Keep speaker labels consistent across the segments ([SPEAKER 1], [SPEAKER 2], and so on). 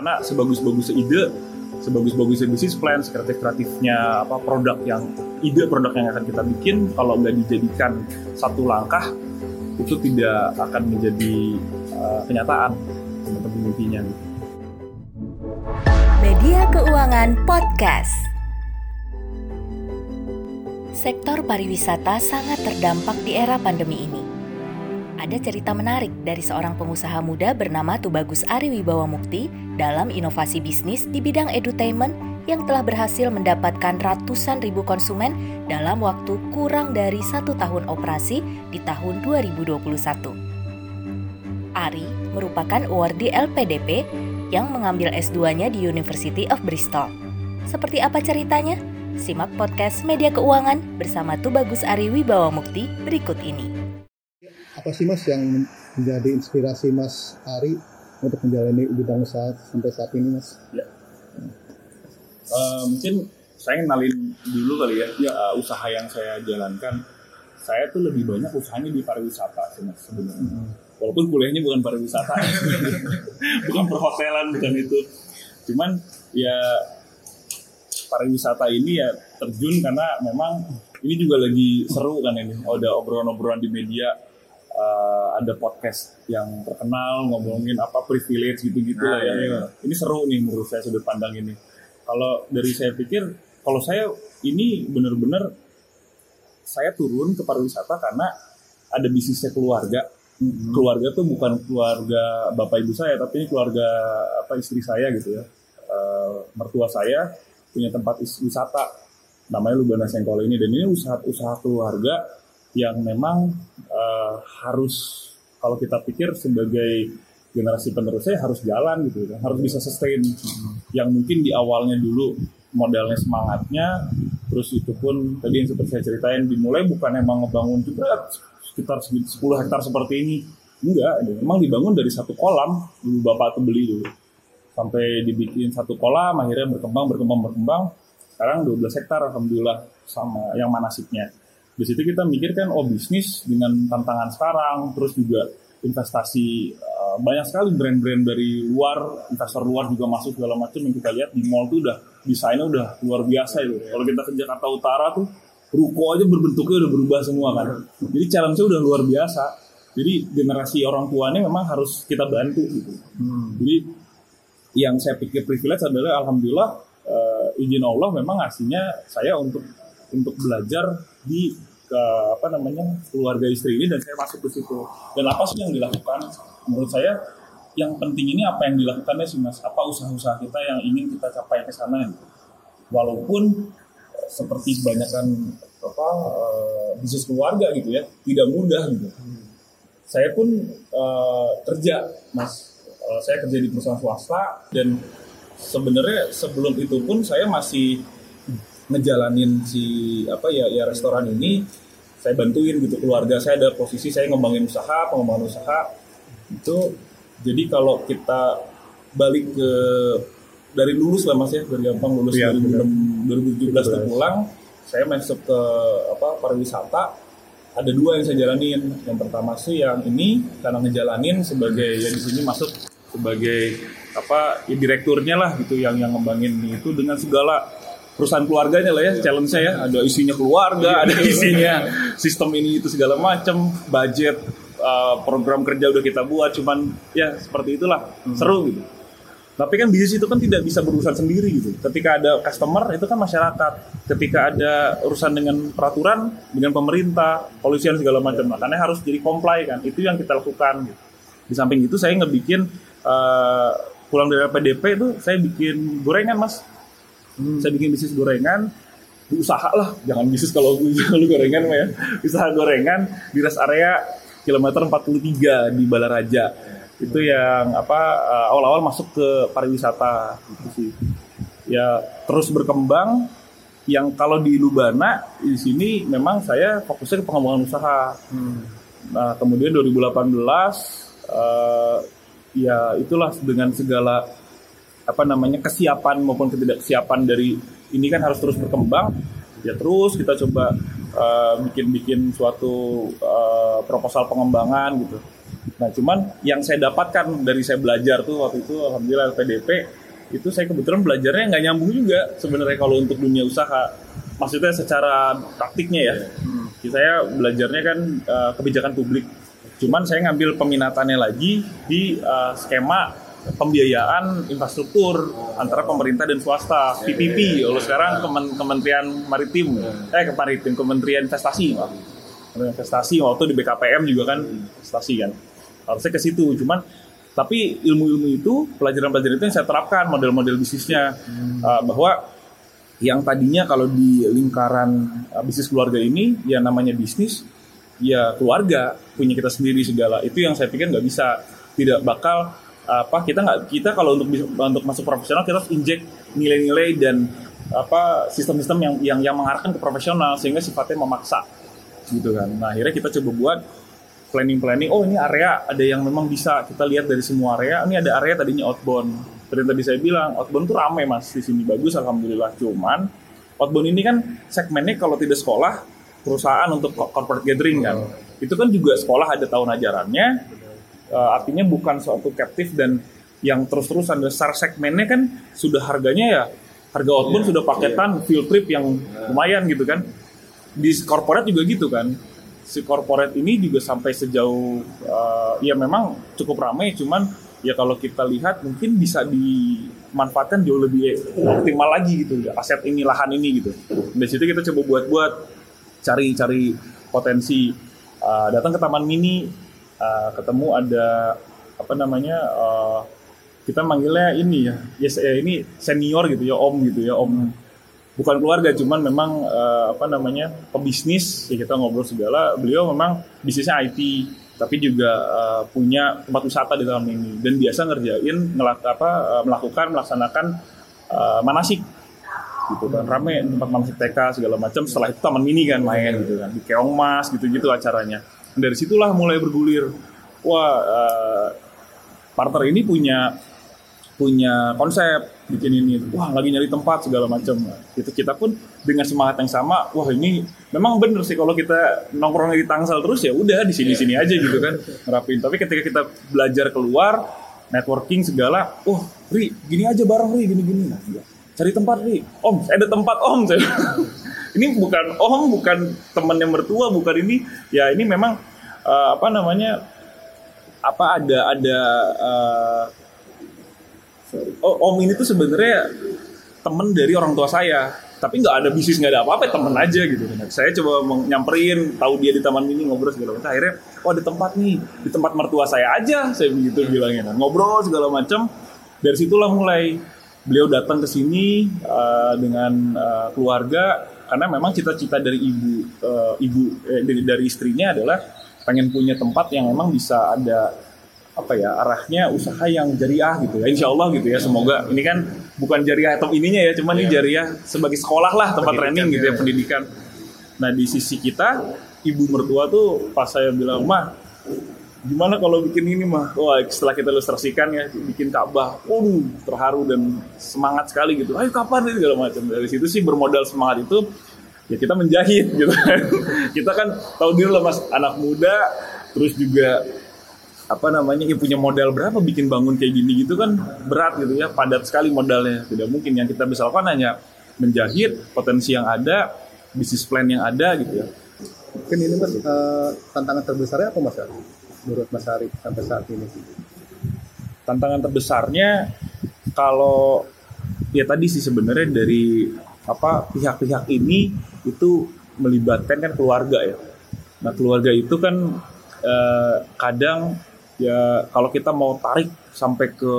[SPEAKER 1] Karena sebagus-bagusnya ide, sebagus-bagusnya bisnis plan, kreatifnya produk yang akan kita bikin, kalau nggak dijadikan satu langkah itu tidak akan menjadi kenyataan teman-teman intinya.
[SPEAKER 2] Media Keuangan Podcast. Sektor pariwisata sangat terdampak di era pandemi ini. Ada cerita menarik dari seorang pengusaha muda bernama Tubagus Ari Wibawa Mukti dalam inovasi bisnis di bidang edutainment yang telah berhasil mendapatkan ratusan ribu konsumen dalam waktu kurang dari 1 tahun operasi di tahun 2021. Ari merupakan awardee LPDP yang mengambil S2-nya di University of Bristol. Seperti apa ceritanya? Simak podcast Media Keuangan bersama Tubagus Ari Wibawa Mukti berikut ini.
[SPEAKER 3] Apa sih Mas yang menjadi inspirasi Mas Ari untuk menjalani bidang usaha sampai saat ini, Mas?
[SPEAKER 1] Ya. Mungkin saya kenalin dulu kali ya, usaha yang saya jalankan. Saya tuh lebih banyak usahanya di pariwisata sih Mas sebenarnya. Walaupun kuliahnya bukan pariwisata, bukan perhotelan, bukan itu. Cuman ya pariwisata ini ya terjun karena memang ini juga lagi seru kan ini. Ada obrolan-obrolan di media. Ada podcast yang terkenal ngomongin privilege gitu-gitu lah ya. Ini seru nih menurut saya sudut pandang ini. Kalau dari saya pikir, kalau saya ini benar-benar saya turun ke pariwisata karena ada bisnisnya keluarga. Keluarga tuh bukan keluarga bapak ibu saya, tapi keluarga istri saya gitu ya. Mertua saya punya tempat wisata namanya Lubana Sengkolo ini, dan ini usaha keluarga yang memang harus, kalau kita pikir sebagai generasi penerusnya harus jalan gitu, harus bisa sustain. Yang mungkin di awalnya dulu modalnya semangatnya, terus itu pun tadi yang seperti saya ceritain dimulai bukan emang ngebangun juga sekitar 10 hektar seperti ini, enggak, memang dibangun dari satu kolam dulu, bapak tuh beli dulu sampai dibikin satu kolam, akhirnya berkembang. Sekarang 12 hektar alhamdulillah sama yang manasipnya. Di situ kita mikir kan, bisnis dengan tantangan sekarang, terus juga investasi, banyak sekali brand-brand dari luar, investor luar juga masuk segala macam, yang kita lihat di mall tuh udah desainnya udah luar biasa itu. Kalau kita ke Jakarta Utara tuh ruko aja berbentuknya udah berubah semua kan. Jadi challenge-nya udah luar biasa. Jadi generasi orang tuanya memang harus kita bantu gitu. Jadi yang saya pikir privilege adalah alhamdulillah izin Allah memang ngasihnya saya untuk belajar di keluarga istri ini, dan saya masuk ke situ. Dan apa sih yang dilakukan? Menurut saya yang penting ini apa yang dilakukannya sih Mas? Apa usaha-usaha kita yang ingin kita capai ke sana? Walaupun seperti kebanyakan bisnis keluarga gitu ya, tidak mudah gitu. Saya pun kerja Mas. Saya kerja di perusahaan swasta, dan sebenarnya sebelum itu pun saya masih ngejalanin restoran ini. Saya bantuin gitu keluarga saya, ada posisi saya pengembangan usaha itu. Jadi kalau kita balik ke dari lulus lah Mas ya, dari gampang lulus 2017 tuh pulang, saya masuk ke pariwisata. Ada 2 yang saya jalanin. Yang pertama sih yang ini karena ngejalanin sebagai di sini masuk sebagai direkturnya lah gitu, yang ngembangin itu dengan segala perusahaan keluarganya lah ya, challenge-nya ya, ada isinya keluarga, ada isinya sistem ini itu segala macam, budget, program kerja udah kita buat, cuman ya seperti itulah, seru gitu. Tapi kan bisnis itu kan tidak bisa berurusan sendiri gitu. Ketika ada customer itu kan masyarakat, ketika ada urusan dengan peraturan, dengan pemerintah, polisian segala macam, makanya harus jadi comply kan, itu yang kita lakukan gitu. Di samping itu saya ngebikin pulang dari LPDP itu saya bikin gorengan Mas. Saya bikin bisnis gorengan, usaha lah, jangan bisnis kalau gorengan ya. Usaha gorengan di rest area kilometer 43 di Balaraja. Itu yang awal-awal masuk ke pariwisata gitu sih. Ya terus berkembang. Yang kalau di Lubana di sini memang saya fokusnya ke pengembangan usaha. Nah, kemudian 2018 ya itulah dengan segala kesiapan maupun ketidaksiapan dari ini kan harus terus berkembang. Ya terus kita coba bikin suatu proposal pengembangan gitu. Nah, cuman yang saya dapatkan dari saya belajar tuh waktu itu, alhamdulillah LPDP, itu saya kebetulan belajarnya nggak nyambung juga sebenarnya kalau untuk dunia usaha. Maksudnya secara praktiknya ya. Saya belajarnya kan kebijakan publik. Cuman saya ngambil peminatannya lagi di skema pembiayaan infrastruktur antara pemerintah dan swasta, PPP. Kalau sekarang Kementerian Maritim, Kementerian Investasi, investasi waktu di BKPM juga kan investasi kan. Harusnya ke situ. Cuman tapi ilmu-ilmu itu, pelajaran-pelajaran itu yang saya terapkan model-model bisnisnya, bahwa yang tadinya kalau di lingkaran bisnis keluarga ini ya namanya bisnis ya keluarga punya kita sendiri segala, itu yang saya pikir nggak bisa, tidak bakal kita kalau untuk masuk profesional kita harus injek nilai-nilai dan sistem-sistem yang mengarahkan ke profesional sehingga sifatnya memaksa gitu kan. Nah, akhirnya kita coba buat planning, oh ini area ada yang memang bisa kita lihat dari semua area. Ini ada area tadinya outbound. Seperti tadi saya bilang, outbound tuh ramai mas di sini, bagus alhamdulillah. Cuman outbound ini kan segmennya kalau tidak sekolah, perusahaan untuk corporate gathering kan. Itu kan juga sekolah ada tahun ajarannya. Artinya bukan suatu captive dan yang terus-terusan. Besar segmennya kan sudah harganya ya, harga outbound sudah paketan field trip yang lumayan gitu kan. Di corporate juga gitu kan. Si corporate ini juga sampai sejauh ya memang cukup ramai, cuman ya kalau kita lihat mungkin bisa dimanfaatkan jauh lebih optimal lagi gitu aset ini, lahan ini gitu. Dari situ kita coba buat cari potensi, datang ke taman mini, ketemu ada kita manggilnya ini ya, ini senior gitu ya, om gitu ya, om bukan keluarga, cuman memang pebisnis ya, kita ngobrol segala. Beliau memang bisnisnya IT tapi juga punya tempat wisata di taman ini dan biasa melaksanakan manasik gitu kan, rame tempat manasik TK segala macam. Setelah itu taman mini kan main gitu kan di Keongmas gitu acaranya. Dan dari situlah mulai bergulir, partner ini punya konsep bikin ini, lagi nyari tempat segala macam. Kita pun dengan semangat yang sama, ini memang bener sih kalau kita nongkrong di Tangsel terus ya udah di sini aja gitu kan nerapin. Tapi ketika kita belajar keluar, networking segala, Ri gini aja bareng Ri, gini. Nah, cari tempat Ri, Om saya ada tempat Om saya. Ini bukan bukan teman yang mertua, bukan ini ya, ini memang Om ini tuh sebenarnya temen dari orang tua saya, tapi nggak ada bisnis, nggak ada apa-apa, temen aja gitu. Saya coba nyamperin, tahu dia di taman mini, ngobrol segala macam. Akhirnya, ada tempat nih, di tempat mertua saya aja, saya begitu bilangnya. Ngobrol segala macam. Dari situlah mulai beliau datang ke sini dengan keluarga, karena memang cita-cita dari dari istrinya adalah pengen punya tempat yang memang bisa ada arahnya usaha yang jariah gitu ya, insya Allah gitu ya. Semoga ini kan bukan jariah atau ininya ya, cuman ini jariah sebagai sekolah lah, tempat training gitu ya, pendidikan. Nah di sisi kita, ibu mertua tuh pas saya bilang, Mah gimana kalau bikin ini Mah, setelah kita ilustrasikan ya, bikin Ka'bah, terharu dan semangat sekali gitu. Ayo kapan ini segala macam. Dari situ sih bermodal semangat itu ya kita menjahit gitu kan. Kita kan tahu diri lah mas, anak muda, terus juga punya modal berapa bikin bangun kayak gini gitu kan, berat gitu ya, padat sekali modalnya. Tidak mungkin, yang kita bisa lakukan hanya menjahit potensi yang ada, bisnis plan yang ada gitu ya.
[SPEAKER 3] Mungkin ini mas, tantangan terbesarnya apa mas menurut Mas Ari sampai saat ini?
[SPEAKER 1] Tantangan terbesarnya kalau ya tadi sih sebenarnya dari pihak-pihak ini itu melibatkan kan keluarga ya. Nah keluarga itu kan kadang ya kalau kita mau tarik sampai ke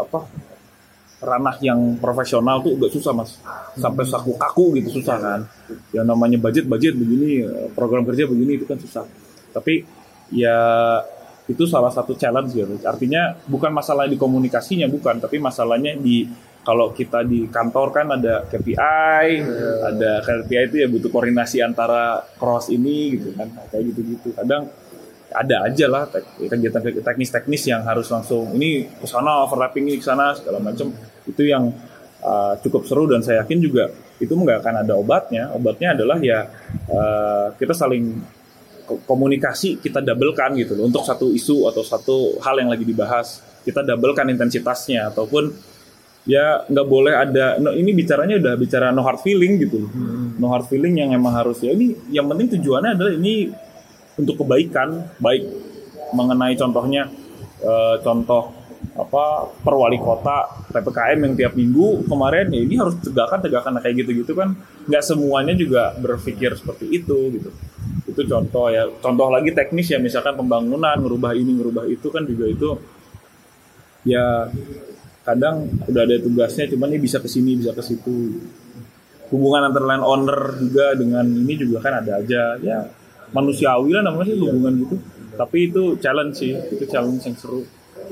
[SPEAKER 1] ranah yang profesional tuh agak susah mas, sampai kaku gitu susah kan. Yang namanya budget begini, program kerja begini, itu kan susah. Tapi ya itu salah satu challenge gitu. Artinya bukan masalah di komunikasinya, bukan, tapi masalahnya kalau kita di kantor kan ada KPI, ada KPI itu ya butuh koordinasi antara cross ini gitu kan, kayak gitu. Kadang ada aja lah kegiatan teknis yang harus langsung ini ke sana, overlapping ini ke sana segala macam. Itu yang cukup seru dan saya yakin juga itu nggak akan ada obatnya. Obatnya adalah ya kita saling komunikasi kita doublekan gitu loh, untuk satu isu atau satu hal yang lagi dibahas kita doublekan intensitasnya, ataupun ya nggak boleh ada ini bicaranya udah bicara no hard feeling gitu loh. No hard feeling yang emang harus ya ini yang penting tujuannya adalah ini untuk kebaikan, baik mengenai contohnya contoh per wali kota PPKM yang tiap minggu kemarin, ya ini harus tegakkan kayak gitu kan, nggak semuanya juga berpikir seperti itu gitu. Itu contoh ya, contoh lagi teknis ya, misalkan pembangunan ngerubah ini ngerubah itu kan juga itu ya kadang udah ada tugasnya, cuman ini bisa ke sini bisa ke situ. Hubungan antara landowner juga dengan ini juga kan ada aja ya, manusiawi lah namanya sih hubungan gitu. Tapi itu challenge sih, itu challenge yang seru.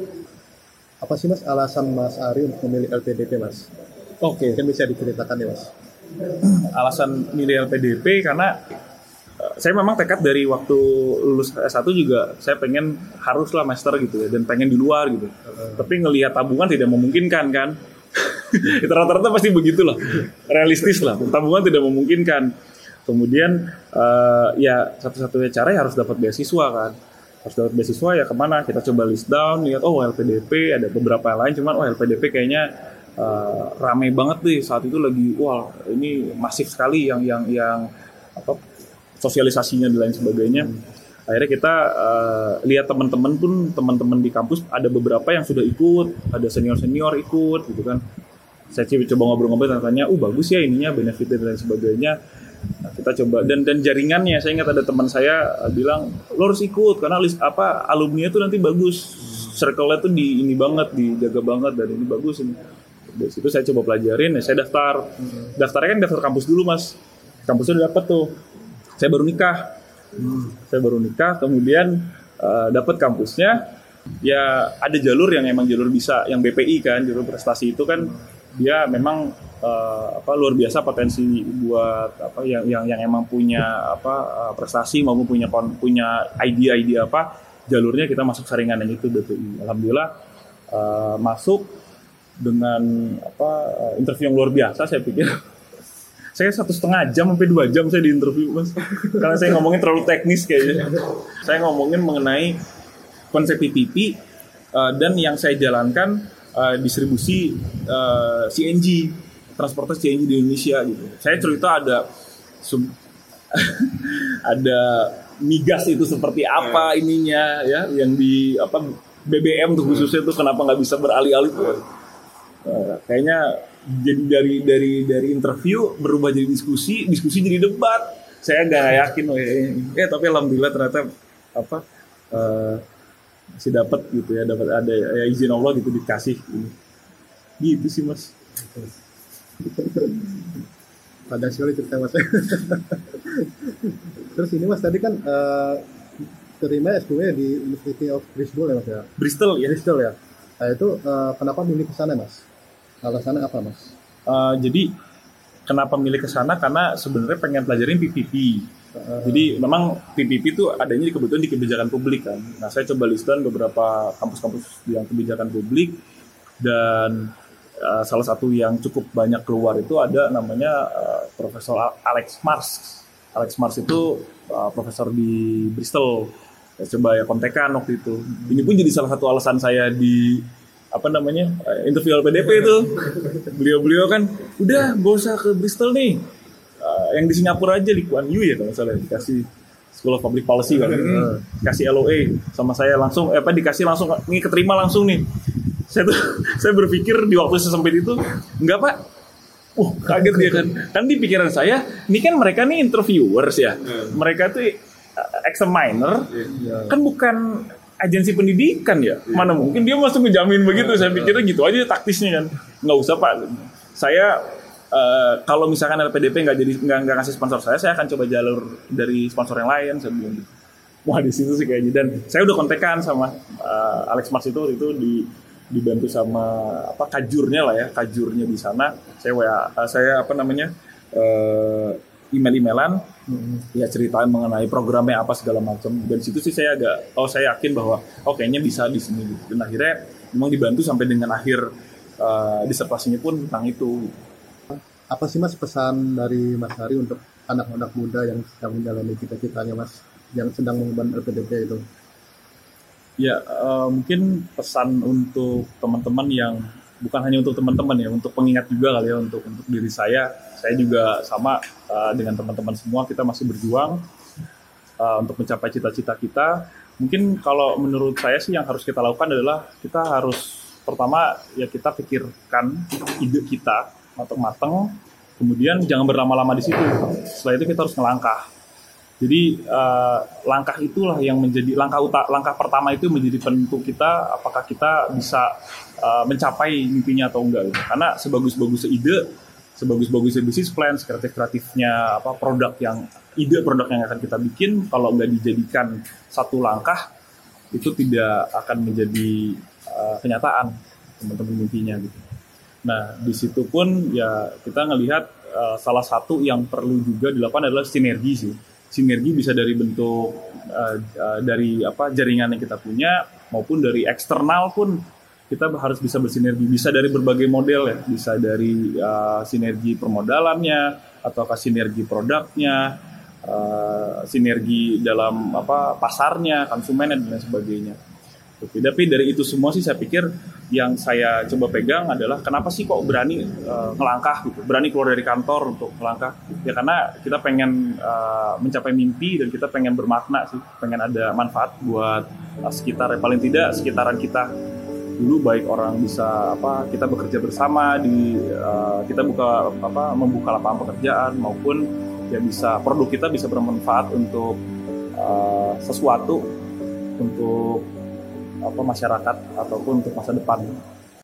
[SPEAKER 3] Apa sih Mas alasan Mas Ari untuk memilih LPDP Mas?
[SPEAKER 1] Oke.
[SPEAKER 3] Mungkin bisa diceritakan ya Mas.
[SPEAKER 1] Alasan milih LPDP karena saya memang tekad dari waktu lulus S1 juga saya pengen haruslah master gitu ya, dan pengen di luar gitu. Tapi ngelihat tabungan tidak memungkinkan kan. Itu rata-rata pasti begitulah. Realistis lah, tabungan tidak memungkinkan. Kemudian ya satu-satunya cara ya harus dapat beasiswa kan. Harus dapat beasiswa ya kemana? Kita coba list down, lihat LPDP, ada beberapa yang lain, cuman LPDP kayaknya ramai banget deh saat itu lagi, wah ini masif sekali yang sosialisasinya dan lain sebagainya. Akhirnya kita lihat teman-teman di kampus ada beberapa yang sudah ikut, ada senior ikut gitu kan. Saya coba ngobrol-ngobrol, tanya, bagus ya ininya, benefitnya dan lain sebagainya. Nah, kita coba dan jaringannya, saya ingat ada teman saya bilang lo harus ikut karena alumni itu nanti bagus, circle-nya tuh ini banget, dijaga banget, dan ini bagus ini. Dari situ saya coba pelajarin, ya saya daftar. Daftarnya kan daftar kampus dulu Mas, kampusnya udah dapet tuh. Saya baru nikah, kemudian dapat kampusnya. Ya ada jalur yang emang jalur bisa, yang BPI kan, jalur prestasi itu kan dia memang luar biasa potensi buat yang emang punya prestasi maupun punya idea jalurnya kita masuk saringan yang itu BPI. Alhamdulillah masuk dengan interview yang luar biasa. Saya pikir saya 1,5 jam sampai 2 jam saya diinterview Mas, karena saya ngomongin terlalu teknis kayaknya. Saya ngomongin mengenai konsep PPP dan yang saya jalankan distribusi CNG, transportasi CNG di Indonesia gitu. Saya cerita ada migas itu seperti apa ininya ya, yang di BBM tuh khususnya tuh kenapa nggak bisa beralih-alih tuh. Kayaknya jadi dari interview berubah jadi diskusi jadi debat. Saya nggak yakin tapi alhamdulillah ternyata masih dapat gitu ya, dapat ada ya, izin Allah gitu dikasih gitu sih Mas.
[SPEAKER 3] Padan sekali cerita Mas. Terus ini Mas tadi kan terima S2 di University of Bristol ya Mas ya?
[SPEAKER 1] Bristol ya.
[SPEAKER 3] Nah itu kenapa milih ke sana Mas? Alasannya apa Mas?
[SPEAKER 1] Jadi kenapa milih ke sana, karena sebenarnya pengen pelajarin PPP. Jadi memang PPP itu adanya kebetulan di kebijakan publik kan. Nah saya coba listan beberapa kampus-kampus yang kebijakan publik, dan salah satu yang cukup banyak keluar itu ada namanya Profesor Alex Mars. Alex Mars itu profesor di Bristol. Saya coba ya kontekan waktu itu. Ini pun jadi salah satu alasan saya di interview LPDP itu. Beliau kan udah gak usah ke Bristol nih, yang di Singapura aja, di Kuan Yu ya kalau misalnya dikasih School of Public Policy kan, kasih LOA sama saya langsung dikasih langsung, ini keterima langsung nih. Saya berpikir di waktu sesempit itu enggak Pak, kaget dia kan di pikiran saya ini kan mereka nih interviewers ya, mereka tuh examiner kan bukan agensi pendidikan ya, mana mungkin dia masuk ngejamin begitu. Saya pikirnya gitu aja taktisnya kan, nggak usah Pak, saya kalau misalkan LPDP nggak ngasih sponsor saya akan coba jalur dari sponsor yang lain. Saya bilang gitu. Wah di situ sih kayaknya, dan saya udah kontekan sama Alex Mars itu dibantu sama kajurnya di sana. Saya email-emailan, ya ceritain mengenai programnya apa segala macam. Dan situ sih saya yakin bahwa kayaknya bisa di sini gitu. Dan akhirnya memang dibantu sampai dengan akhir disertasinya pun tentang itu.
[SPEAKER 3] Apa sih Mas pesan dari Mas Ari untuk anak-anak muda yang sedang menjalani cita-citanya Mas? yang sedang mengemban LPDP itu?
[SPEAKER 1] Ya, mungkin pesan untuk teman-teman yang bukan hanya untuk teman-teman ya, untuk pengingat juga kali ya, untuk diri saya juga sama dengan teman-teman semua, kita masih berjuang untuk mencapai cita-cita kita. Mungkin kalau menurut saya sih yang harus kita lakukan adalah kita harus pertama ya kita pikirkan ide kita matang-matang, kemudian jangan berlama-lama di situ. Setelah itu kita harus melangkah. Jadi langkah itulah yang menjadi langkah pertama, itu menjadi penentu kita apakah kita bisa mencapai mimpinya atau enggak gitu. Karena sebagus-bagusnya ide, sebagus-bagusnya bisnis plan, kreatifnya produk yang akan kita bikin, kalau nggak dijadikan satu langkah itu tidak akan menjadi kenyataan teman-teman mimpinya gitu. Nah di situ pun ya kita ngelihat salah satu yang perlu juga dilakukan adalah sinergi sih. Sinergi bisa dari bentuk dari jaringan yang kita punya, maupun dari eksternal pun kita harus bisa bersinergi. Bisa dari berbagai model ya, bisa dari sinergi permodalannya, ataukah sinergi produknya, sinergi dalam pasarnya, konsumennya dan lain sebagainya. Tapi dari itu semua sih saya pikir yang saya coba pegang adalah kenapa sih kok berani ngelangkah gitu, berani keluar dari kantor untuk melangkah. Ya karena kita pengen mencapai mimpi dan kita pengen bermakna sih, pengen ada manfaat buat sekitar, ya paling tidak sekitaran kita dulu, baik orang bisa kita bekerja bersama di kita membuka lapangan pekerjaan, maupun ya bisa produk kita bisa bermanfaat untuk sesuatu, untuk masyarakat ataupun untuk masa depan.